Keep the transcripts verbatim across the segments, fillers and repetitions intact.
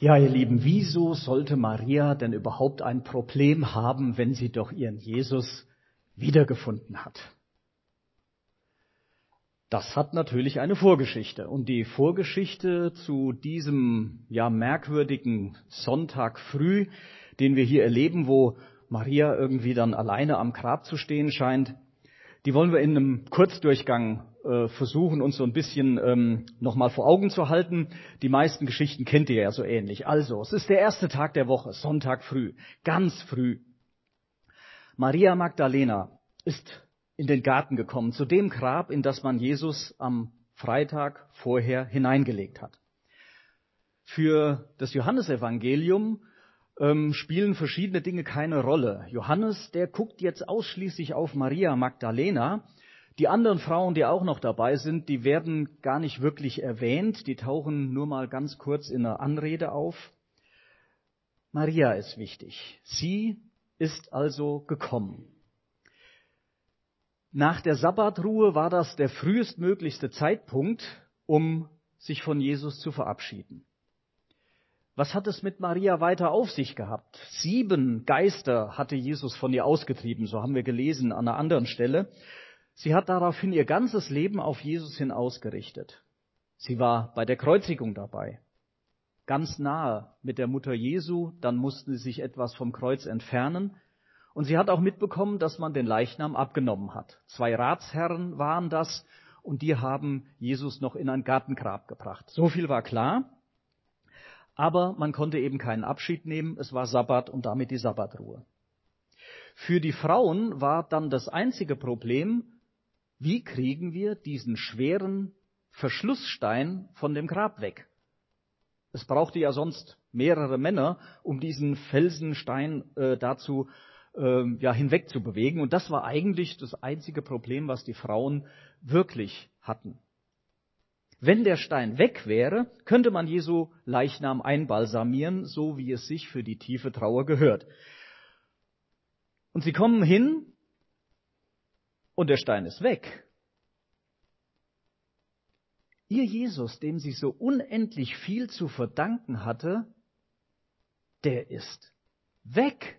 Ja, ihr Lieben, wieso sollte Maria denn überhaupt ein Problem haben, wenn sie doch ihren Jesus wiedergefunden hat? Das hat natürlich eine Vorgeschichte. Und die Vorgeschichte zu diesem ja merkwürdigen Sonntag früh, den wir hier erleben, wo Maria irgendwie dann alleine am Grab zu stehen scheint, die wollen wir in einem Kurzdurchgang äh, versuchen, uns so ein bisschen ähm, nochmal vor Augen zu halten. Die meisten Geschichten kennt ihr ja so ähnlich. Also, es ist der erste Tag der Woche, Sonntag früh, ganz früh. Maria Magdalena ist in den Garten gekommen, zu dem Grab, in das man Jesus am Freitag vorher hineingelegt hat. Für das Johannesevangelium ähm, spielen verschiedene Dinge keine Rolle. Johannes, der guckt jetzt ausschließlich auf Maria Magdalena. Die anderen Frauen, die auch noch dabei sind, die werden gar nicht wirklich erwähnt. Die tauchen nur mal ganz kurz in einer Anrede auf. Maria ist wichtig. Sie ist also gekommen. Nach der Sabbatruhe war das der frühestmöglichste Zeitpunkt, um sich von Jesus zu verabschieden. Was hat es mit Maria weiter auf sich gehabt? Sieben Geister hatte Jesus von ihr ausgetrieben, so haben wir gelesen an einer anderen Stelle. Sie hat daraufhin ihr ganzes Leben auf Jesus hin ausgerichtet. Sie war bei der Kreuzigung dabei, ganz nahe mit der Mutter Jesu, dann mussten sie sich etwas vom Kreuz entfernen. Und sie hat auch mitbekommen, dass man den Leichnam abgenommen hat. Zwei Ratsherren waren das und die haben Jesus noch in ein Gartengrab gebracht. So viel war klar. Aber man konnte eben keinen Abschied nehmen. Es war Sabbat und damit die Sabbatruhe. Für die Frauen war dann das einzige Problem, wie kriegen wir diesen schweren Verschlussstein von dem Grab weg? Es brauchte ja sonst mehrere Männer, um diesen Felsenstein äh, dazu äh, ja, hinweg zu bewegen. Und das war eigentlich das einzige Problem, was die Frauen wirklich hatten. Wenn der Stein weg wäre, könnte man Jesu Leichnam einbalsamieren, so wie es sich für die tiefe Trauer gehört. Und sie kommen hin und der Stein ist weg. Ihr Jesus, dem sie so unendlich viel zu verdanken hatte, der ist weg.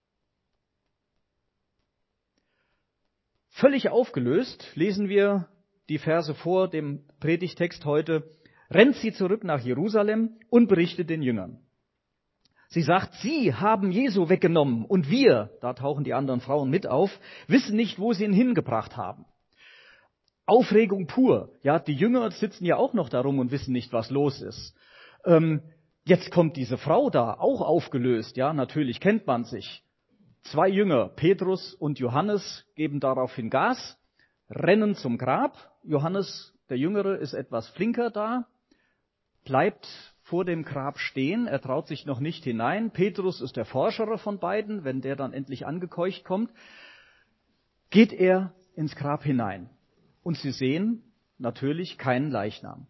Völlig aufgelöst lesen wir die Verse vor dem Predigtext heute, rennt sie zurück nach Jerusalem und berichtet den Jüngern. Sie sagt, sie haben Jesu weggenommen und wir, da tauchen die anderen Frauen mit auf, wissen nicht, wo sie ihn hingebracht haben. Aufregung pur. Ja, die Jünger sitzen ja auch noch da rum und wissen nicht, was los ist. Ähm, jetzt kommt diese Frau da, auch aufgelöst. Ja, natürlich kennt man sich. Zwei Jünger, Petrus und Johannes, geben daraufhin Gas, rennen zum Grab. Johannes, der Jüngere, ist etwas flinker da, bleibt vor dem Grab stehen. Er traut sich noch nicht hinein. Petrus ist der Forschere von beiden. Wenn der dann endlich angekeucht kommt, geht er ins Grab hinein. Und sie sehen natürlich keinen Leichnam.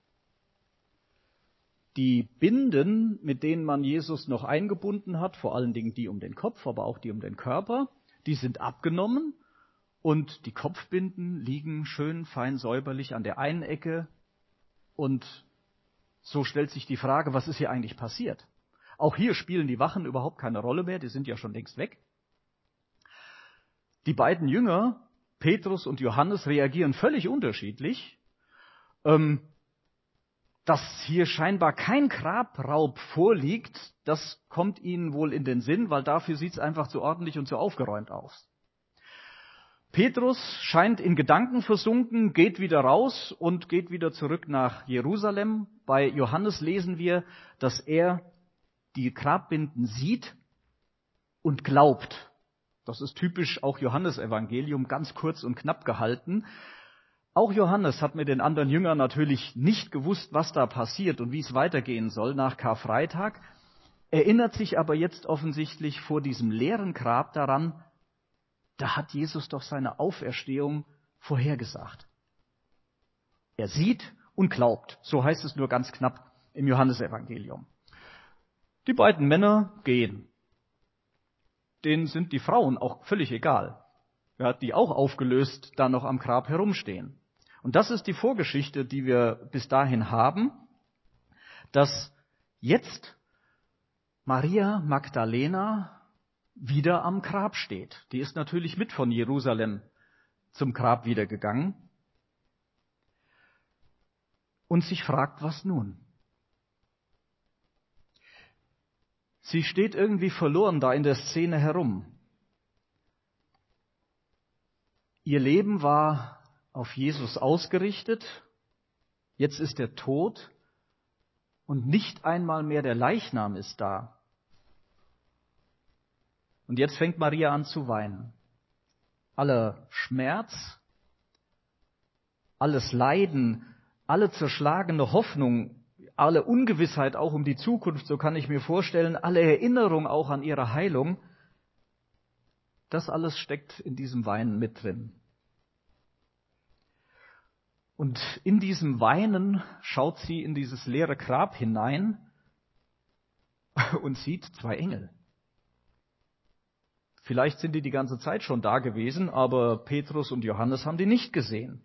Die Binden, mit denen man Jesus noch eingebunden hat, vor allen Dingen die um den Kopf, aber auch die um den Körper, die sind abgenommen und die Kopfbinden liegen schön fein säuberlich an der einen Ecke. Und so stellt sich die Frage, was ist hier eigentlich passiert? Auch hier spielen die Wachen überhaupt keine Rolle mehr, die sind ja schon längst weg. Die beiden Jünger, Petrus und Johannes, reagieren völlig unterschiedlich. Ähm, dass hier scheinbar kein Grabraub vorliegt, das kommt ihnen wohl in den Sinn, weil dafür sieht es einfach zu ordentlich und zu aufgeräumt aus. Petrus scheint in Gedanken versunken, geht wieder raus und geht wieder zurück nach Jerusalem. Bei Johannes lesen wir, dass er die Grabbinden sieht und glaubt. Das ist typisch auch Johannesevangelium, ganz kurz und knapp gehalten. Auch Johannes hat mit den anderen Jüngern natürlich nicht gewusst, was da passiert und wie es weitergehen soll nach Karfreitag, erinnert sich aber jetzt offensichtlich vor diesem leeren Grab daran, da hat Jesus doch seine Auferstehung vorhergesagt. Er sieht und glaubt, so heißt es nur ganz knapp im Johannesevangelium. Die beiden Männer gehen. Denen sind die Frauen auch völlig egal, ja, die auch aufgelöst da noch am Grab herumstehen. Und das ist die Vorgeschichte, die wir bis dahin haben, dass jetzt Maria Magdalena wieder am Grab steht. Die ist natürlich mit von Jerusalem zum Grab wieder gegangen und sich fragt, was nun? Sie steht irgendwie verloren da in der Szene herum. Ihr Leben war auf Jesus ausgerichtet. Jetzt ist er tot und nicht einmal mehr der Leichnam ist da. Und jetzt fängt Maria an zu weinen. Aller Schmerz, alles Leiden, alle zerschlagene Hoffnung, alle Ungewissheit auch um die Zukunft, so kann ich mir vorstellen, alle Erinnerung auch an ihre Heilung, das alles steckt in diesem Weinen mit drin. Und in diesem Weinen schaut sie in dieses leere Grab hinein und sieht zwei Engel. Vielleicht sind die die ganze Zeit schon da gewesen, aber Petrus und Johannes haben die nicht gesehen.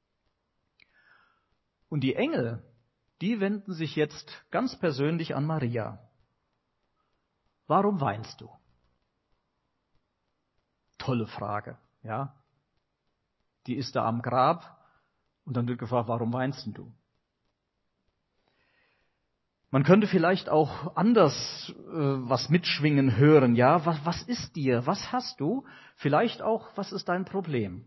Und die Engel, die wenden sich jetzt ganz persönlich an Maria. Warum weinst du? Tolle Frage, ja. Die ist da am Grab und dann wird gefragt, warum weinst denn du? Man könnte vielleicht auch anders äh, was mitschwingen hören, ja. Was, was ist dir? Was hast du? Vielleicht auch, was ist dein Problem?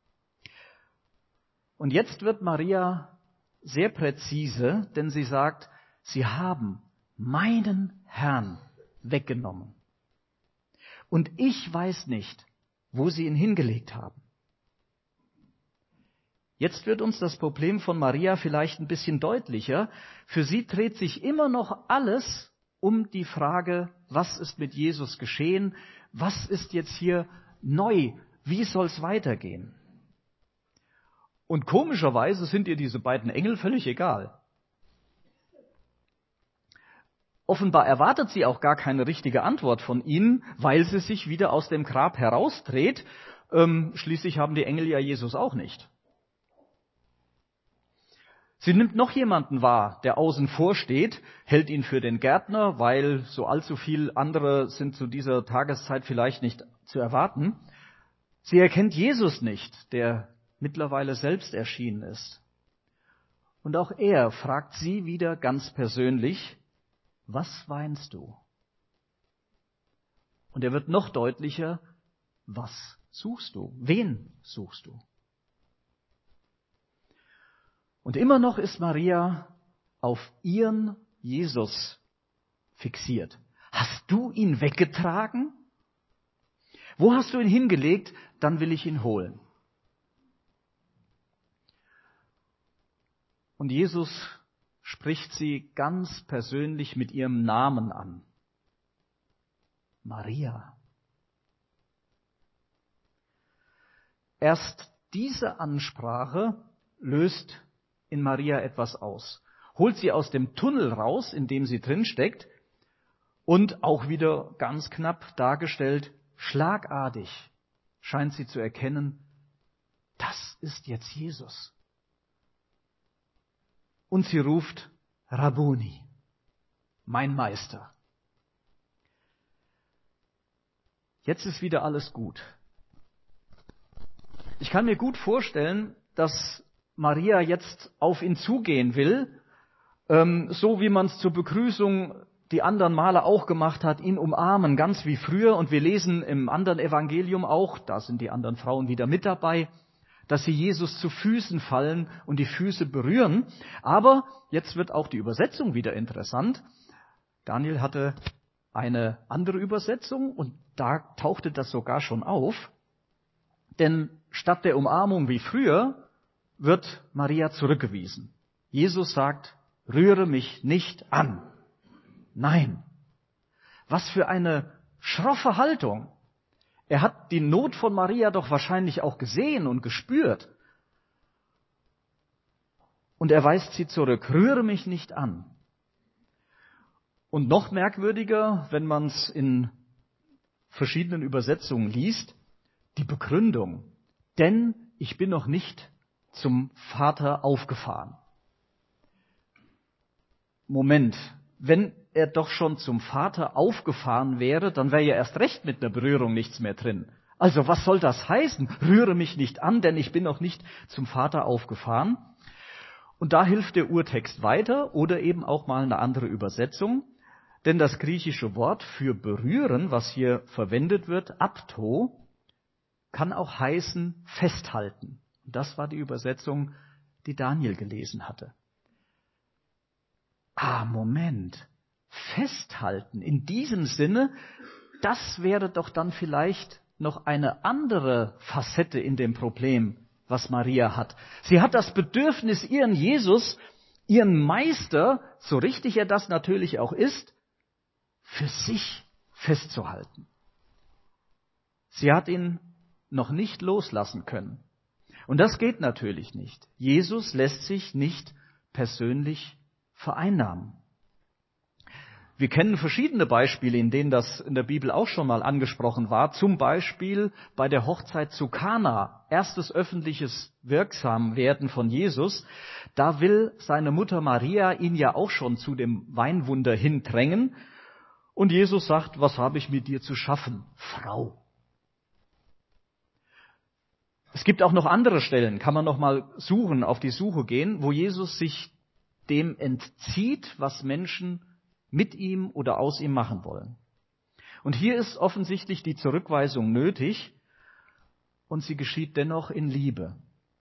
Und jetzt wird Maria sehr präzise, denn sie sagt, sie haben meinen Herrn weggenommen. Und ich weiß nicht, wo sie ihn hingelegt haben. Jetzt wird uns das Problem von Maria vielleicht ein bisschen deutlicher. Für sie dreht sich immer noch alles um die Frage, was ist mit Jesus geschehen? Was ist jetzt hier neu? Wie soll es weitergehen? Und komischerweise sind ihr diese beiden Engel völlig egal. Offenbar erwartet sie auch gar keine richtige Antwort von ihnen, weil sie sich wieder aus dem Grab herausdreht. Ähm, schließlich haben die Engel ja Jesus auch nicht. Sie nimmt noch jemanden wahr, der außen vor steht, hält ihn für den Gärtner, weil so allzu viel andere sind zu dieser Tageszeit vielleicht nicht zu erwarten. Sie erkennt Jesus nicht, der mittlerweile selbst erschienen ist. Und auch er fragt sie wieder ganz persönlich, was weinst du? Und er wird noch deutlicher, was suchst du? Wen suchst du? Und immer noch ist Maria auf ihren Jesus fixiert. Hast du ihn weggetragen? Wo hast du ihn hingelegt? Dann will ich ihn holen. Und Jesus spricht sie ganz persönlich mit ihrem Namen an. Maria. Erst diese Ansprache löst in Maria etwas aus. Holt sie aus dem Tunnel raus, in dem sie drin steckt, und auch wieder ganz knapp dargestellt, schlagartig scheint sie zu erkennen, das ist jetzt Jesus. Und sie ruft, Rabbuni, mein Meister. Jetzt ist wieder alles gut. Ich kann mir gut vorstellen, dass Maria jetzt auf ihn zugehen will, ähm, so wie man es zur Begrüßung die anderen Male auch gemacht hat, ihn umarmen, ganz wie früher. Und wir lesen im anderen Evangelium auch, da sind die anderen Frauen wieder mit dabei, dass sie Jesus zu Füßen fallen und die Füße berühren. Aber jetzt wird auch die Übersetzung wieder interessant. Daniel hatte eine andere Übersetzung und da tauchte das sogar schon auf. Denn statt der Umarmung wie früher wird Maria zurückgewiesen. Jesus sagt, rühre mich nicht an. Nein. Was für eine schroffe Haltung. Er hat die Not von Maria doch wahrscheinlich auch gesehen und gespürt. Und er weist sie zurück, rühre mich nicht an. Und noch merkwürdiger, wenn man es in verschiedenen Übersetzungen liest, die Begründung. Denn ich bin noch nicht zum Vater aufgefahren. Moment, wenn er doch schon zum Vater aufgefahren wäre, dann wäre ja erst recht mit einer Berührung nichts mehr drin. Also was soll das heißen? Rühre mich nicht an, denn ich bin noch nicht zum Vater aufgefahren. Und da hilft der Urtext weiter oder eben auch mal eine andere Übersetzung. Denn das griechische Wort für berühren, was hier verwendet wird, apto, kann auch heißen festhalten. Und das war die Übersetzung, die Daniel gelesen hatte. Ah, Moment. Festhalten. In diesem Sinne, das wäre doch dann vielleicht noch eine andere Facette in dem Problem, was Maria hat. Sie hat das Bedürfnis, ihren Jesus, ihren Meister, so richtig er das natürlich auch ist, für sich festzuhalten. Sie hat ihn noch nicht loslassen können. Und das geht natürlich nicht. Jesus lässt sich nicht persönlich vereinnahmen. Wir kennen verschiedene Beispiele, in denen das in der Bibel auch schon mal angesprochen war. Zum Beispiel bei der Hochzeit zu Kana, erstes öffentliches Wirksamwerden von Jesus. Da will seine Mutter Maria ihn ja auch schon zu dem Weinwunder hindrängen. Und Jesus sagt, was habe ich mit dir zu schaffen, Frau? Es gibt auch noch andere Stellen, kann man noch mal suchen, auf die Suche gehen, wo Jesus sich dem entzieht, was Menschen mit ihm oder aus ihm machen wollen. Und hier ist offensichtlich die Zurückweisung nötig und sie geschieht dennoch in Liebe.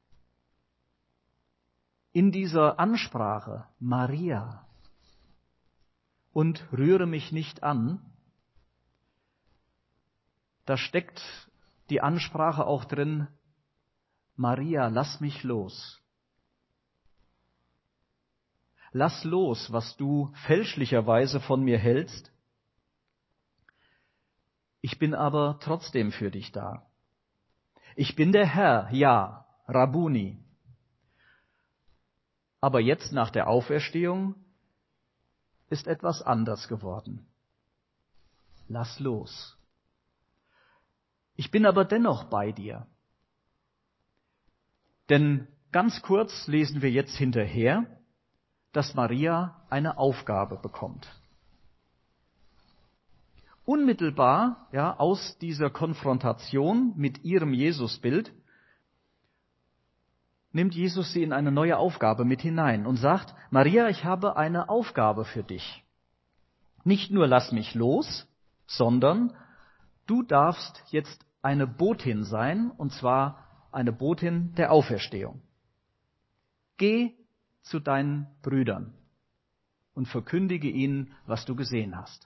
In dieser Ansprache, Maria, und rühre mich nicht an, da steckt die Ansprache auch drin, Maria, lass mich los. Lass los, was du fälschlicherweise von mir hältst. Ich bin aber trotzdem für dich da. Ich bin der Herr, ja, Rabbuni. Aber jetzt nach der Auferstehung ist etwas anders geworden. Lass los. Ich bin aber dennoch bei dir. Denn ganz kurz lesen wir jetzt hinterher, dass Maria eine Aufgabe bekommt. Unmittelbar, ja, aus dieser Konfrontation mit ihrem Jesusbild nimmt Jesus sie in eine neue Aufgabe mit hinein und sagt, Maria, ich habe eine Aufgabe für dich. Nicht nur lass mich los, sondern du darfst jetzt eine Botin sein, und zwar eine Botin der Auferstehung. Geh zu deinen Brüdern und verkündige ihnen, was du gesehen hast.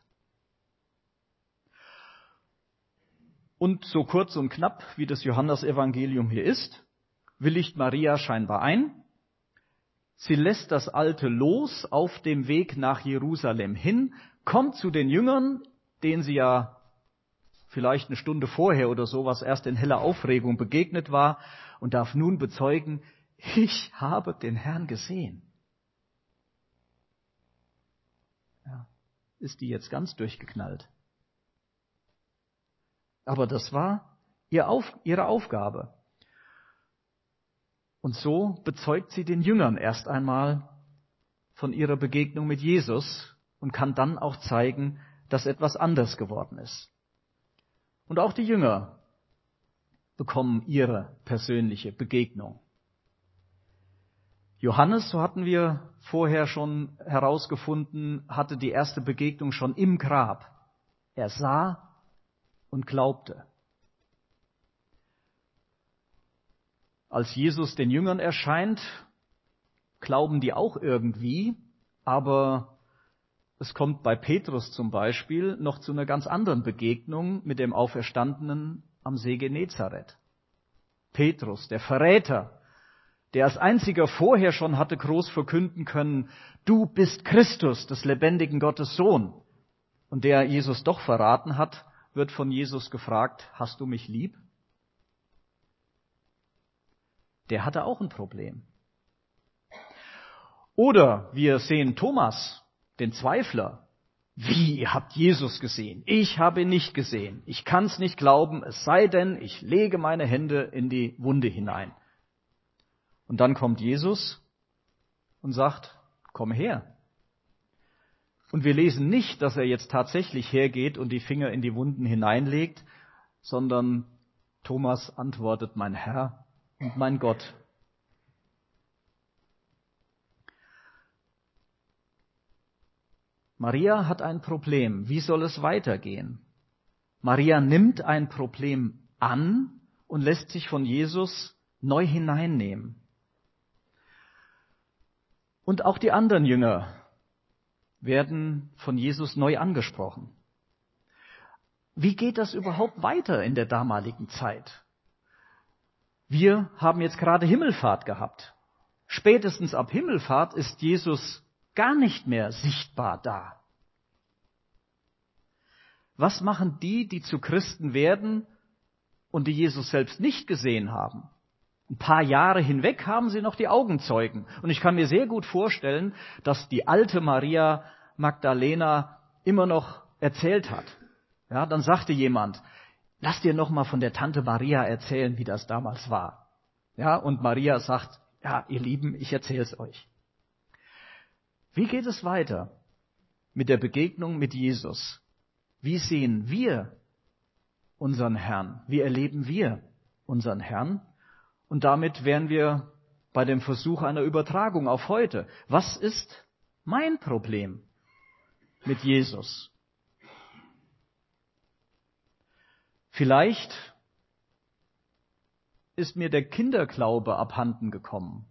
Und so kurz und knapp, wie das Johannesevangelium hier ist, willigt Maria scheinbar ein. Sie lässt das Alte los auf dem Weg nach Jerusalem hin, kommt zu den Jüngern, denen sie ja vielleicht eine Stunde vorher oder sowas erst in heller Aufregung begegnet war und darf nun bezeugen, ich habe den Herrn gesehen. Ja, ist die jetzt ganz durchgeknallt. Aber das war ihr Auf, ihre Aufgabe. Und so bezeugt sie den Jüngern erst einmal von ihrer Begegnung mit Jesus und kann dann auch zeigen, dass etwas anders geworden ist. Und auch die Jünger bekommen ihre persönliche Begegnung. Johannes, so hatten wir vorher schon herausgefunden, hatte die erste Begegnung schon im Grab. Er sah und glaubte. Als Jesus den Jüngern erscheint, glauben die auch irgendwie, aber es kommt bei Petrus zum Beispiel noch zu einer ganz anderen Begegnung mit dem Auferstandenen am See Genezareth. Petrus, der Verräter, der als einziger vorher schon hatte groß verkünden können, du bist Christus, des lebendigen Gottes Sohn. Und der Jesus doch verraten hat, wird von Jesus gefragt, hast du mich lieb? Der hatte auch ein Problem. Oder wir sehen Thomas, den Zweifler. Wie, ihr habt Jesus gesehen? Ich habe ihn nicht gesehen. Ich kann es nicht glauben, es sei denn, ich lege meine Hände in die Wunde hinein. Und dann kommt Jesus und sagt, komm her. Und wir lesen nicht, dass er jetzt tatsächlich hergeht und die Finger in die Wunden hineinlegt, sondern Thomas antwortet, mein Herr und mein Gott. Maria hat ein Problem. Wie soll es weitergehen? Maria nimmt ein Problem an und lässt sich von Jesus neu hineinnehmen. Und auch die anderen Jünger werden von Jesus neu angesprochen. Wie geht das überhaupt weiter in der damaligen Zeit? Wir haben jetzt gerade Himmelfahrt gehabt. Spätestens ab Himmelfahrt ist Jesus gar nicht mehr sichtbar da. Was machen die, die zu Christen werden und die Jesus selbst nicht gesehen haben? Ein paar Jahre hinweg haben sie noch die Augenzeugen. Und ich kann mir sehr gut vorstellen, dass die alte Maria Magdalena immer noch erzählt hat. Ja, dann sagte jemand, lass dir noch mal von der Tante Maria erzählen, wie das damals war. Ja, und Maria sagt, ja, ihr Lieben, ich erzähle es euch. Wie geht es weiter mit der Begegnung mit Jesus? Wie sehen wir unseren Herrn? Wie erleben wir unseren Herrn? Und damit wären wir bei dem Versuch einer Übertragung auf heute. Was ist mein Problem mit Jesus? Vielleicht ist mir der Kinderglaube abhanden gekommen.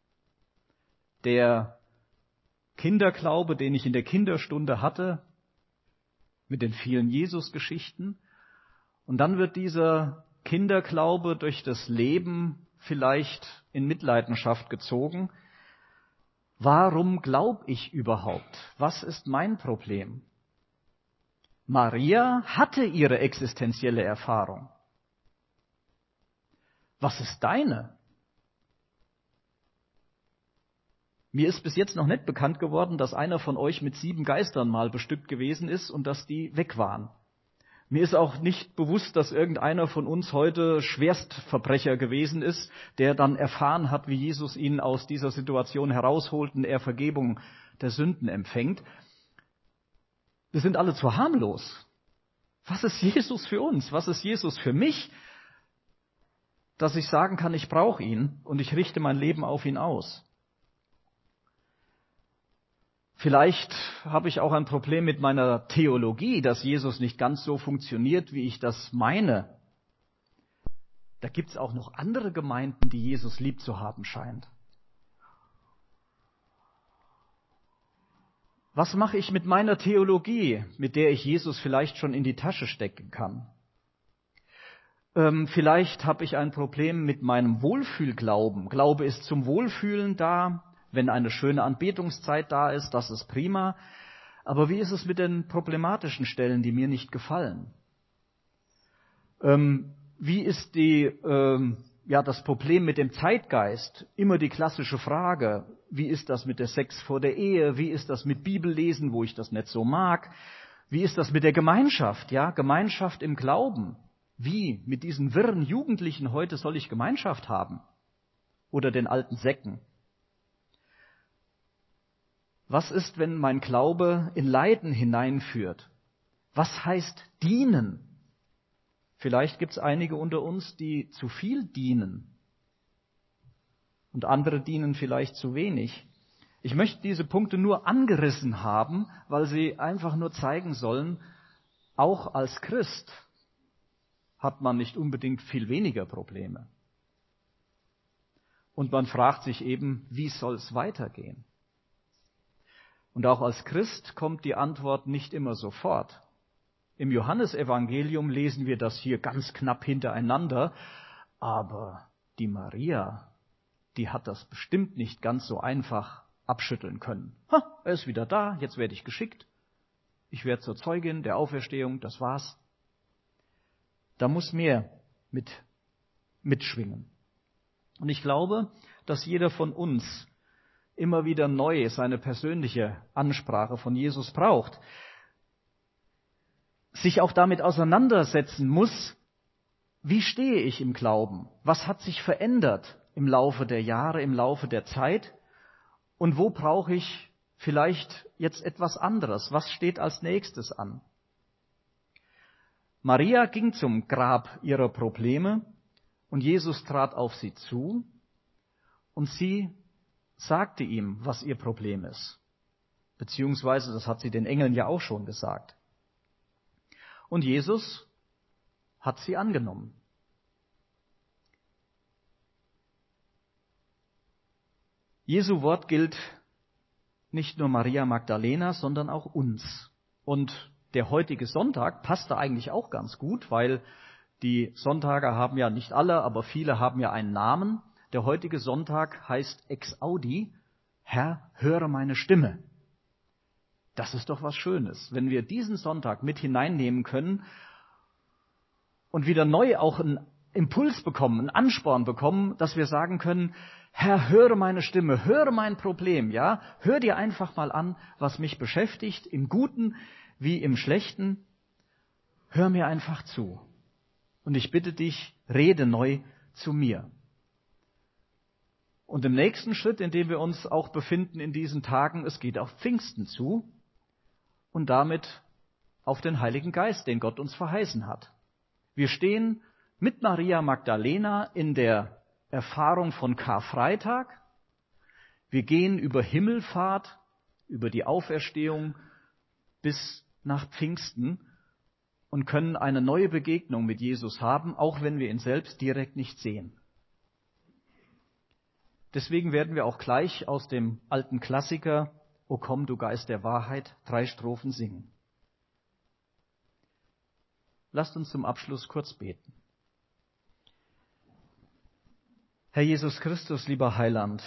Der Kinderglaube, den ich in der Kinderstunde hatte, mit den vielen Jesus-Geschichten. Und dann wird dieser Kinderglaube durch das Leben vielleicht in Mitleidenschaft gezogen. Warum glaube ich überhaupt? Was ist mein Problem? Maria hatte ihre existenzielle Erfahrung. Was ist deine? Mir ist bis jetzt noch nicht bekannt geworden, dass einer von euch mit sieben Geistern mal bestückt gewesen ist und dass die weg waren. Mir ist auch nicht bewusst, dass irgendeiner von uns heute Schwerstverbrecher gewesen ist, der dann erfahren hat, wie Jesus ihn aus dieser Situation herausholt und er Vergebung der Sünden empfängt. Wir sind alle zu harmlos. Was ist Jesus für uns? Was ist Jesus für mich? Dass ich sagen kann, ich brauche ihn und ich richte mein Leben auf ihn aus. Vielleicht habe ich auch ein Problem mit meiner Theologie, dass Jesus nicht ganz so funktioniert, wie ich das meine. Da gibt es auch noch andere Gemeinden, die Jesus lieb zu haben scheint. Was mache ich mit meiner Theologie, mit der ich Jesus vielleicht schon in die Tasche stecken kann? Ähm, vielleicht habe ich ein Problem mit meinem Wohlfühlglauben. Glaube ist zum Wohlfühlen da. Wenn eine schöne Anbetungszeit da ist, das ist prima. Aber wie ist es mit den problematischen Stellen, die mir nicht gefallen? Ähm, wie ist die, ähm, ja, das Problem mit dem Zeitgeist? Immer die klassische Frage, wie ist das mit der Sex vor der Ehe? Wie ist das mit Bibellesen, wo ich das nicht so mag? Wie ist das mit der Gemeinschaft? Ja, Gemeinschaft im Glauben. Wie? Mit diesen wirren Jugendlichen heute soll ich Gemeinschaft haben? Oder den alten Säcken? Was ist, wenn mein Glaube in Leiden hineinführt? Was heißt dienen? Vielleicht gibt es einige unter uns, die zu viel dienen und andere dienen vielleicht zu wenig. Ich möchte diese Punkte nur angerissen haben, weil sie einfach nur zeigen sollen, auch als Christ hat man nicht unbedingt viel weniger Probleme. Und man fragt sich eben, wie soll es weitergehen? Und auch als Christ kommt die Antwort nicht immer sofort. Im Johannesevangelium lesen wir das hier ganz knapp hintereinander, aber die Maria, die hat das bestimmt nicht ganz so einfach abschütteln können. Ha, er ist wieder da, jetzt werde ich geschickt. Ich werde zur Zeugin der Auferstehung, das war's. Da muss mehr mit, mitschwingen. Und ich glaube, dass jeder von uns immer wieder neu seine persönliche Ansprache von Jesus braucht, sich auch damit auseinandersetzen muss, wie stehe ich im Glauben? Was hat sich verändert im Laufe der Jahre, im Laufe der Zeit? Und wo brauche ich vielleicht jetzt etwas anderes. Was steht als nächstes an? Maria ging zum Grab ihrer Probleme und Jesus trat auf sie zu und sie sagte ihm, was ihr Problem ist. Beziehungsweise, das hat sie den Engeln ja auch schon gesagt. Und Jesus hat sie angenommen. Jesu Wort gilt nicht nur Maria Magdalena, sondern auch uns. Und der heutige Sonntag passt da eigentlich auch ganz gut, weil die Sonntage haben ja nicht alle, aber viele haben ja einen Namen. Der heutige Sonntag heißt Ex Audi, Herr, höre meine Stimme. Das ist doch was Schönes, wenn wir diesen Sonntag mit hineinnehmen können und wieder neu auch einen Impuls bekommen, einen Ansporn bekommen, dass wir sagen können, Herr, höre meine Stimme, höre mein Problem, ja? Hör dir einfach mal an, was mich beschäftigt, im Guten wie im Schlechten. Hör mir einfach zu. Und ich bitte dich, rede neu zu mir. Und im nächsten Schritt, in dem wir uns auch befinden in diesen Tagen, es geht auf Pfingsten zu und damit auf den Heiligen Geist, den Gott uns verheißen hat. Wir stehen mit Maria Magdalena in der Erfahrung von Karfreitag. Wir gehen über Himmelfahrt, über die Auferstehung bis nach Pfingsten und können eine neue Begegnung mit Jesus haben, auch wenn wir ihn selbst direkt nicht sehen. Deswegen werden wir auch gleich aus dem alten Klassiker O komm, du Geist der Wahrheit, drei Strophen singen. Lasst uns zum Abschluss kurz beten. Herr Jesus Christus, lieber Heiland,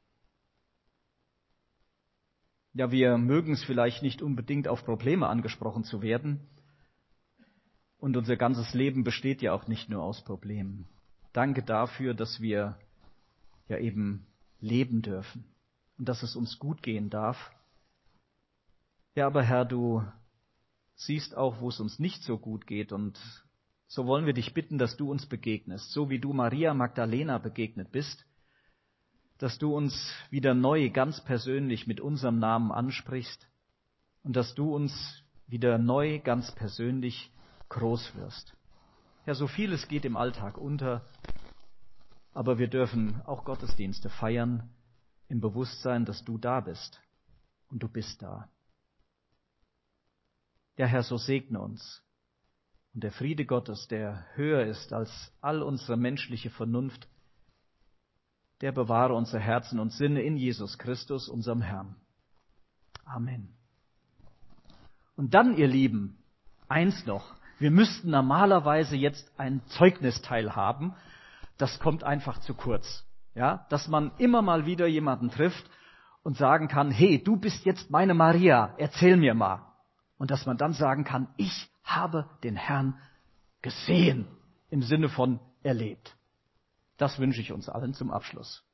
ja, wir mögen es vielleicht nicht unbedingt auf Probleme angesprochen zu werden, und unser ganzes Leben besteht ja auch nicht nur aus Problemen. Danke dafür, dass wir ja eben leben dürfen und dass es uns gut gehen darf. Ja, aber Herr, du siehst auch, wo es uns nicht so gut geht, und so wollen wir dich bitten, dass du uns begegnest, so wie du Maria Magdalena begegnet bist, dass du uns wieder neu, ganz persönlich mit unserem Namen ansprichst und dass du uns wieder neu, ganz persönlich groß wirst. Ja, so vieles geht im Alltag unter, aber wir dürfen auch Gottesdienste feiern im Bewusstsein, dass du da bist und du bist da. Ja, Herr, so segne uns. Und der Friede Gottes, der höher ist als all unsere menschliche Vernunft, der bewahre unsere Herzen und Sinne in Jesus Christus, unserem Herrn. Amen. Und dann, ihr Lieben, eins noch. Wir müssten normalerweise jetzt ein Zeugnisteil haben. Das kommt einfach zu kurz. Ja, dass man immer mal wieder jemanden trifft und sagen kann, hey, du bist jetzt meine Maria, erzähl mir mal. Und dass man dann sagen kann, ich habe den Herrn gesehen, im Sinne von erlebt. Das wünsche ich uns allen zum Abschluss.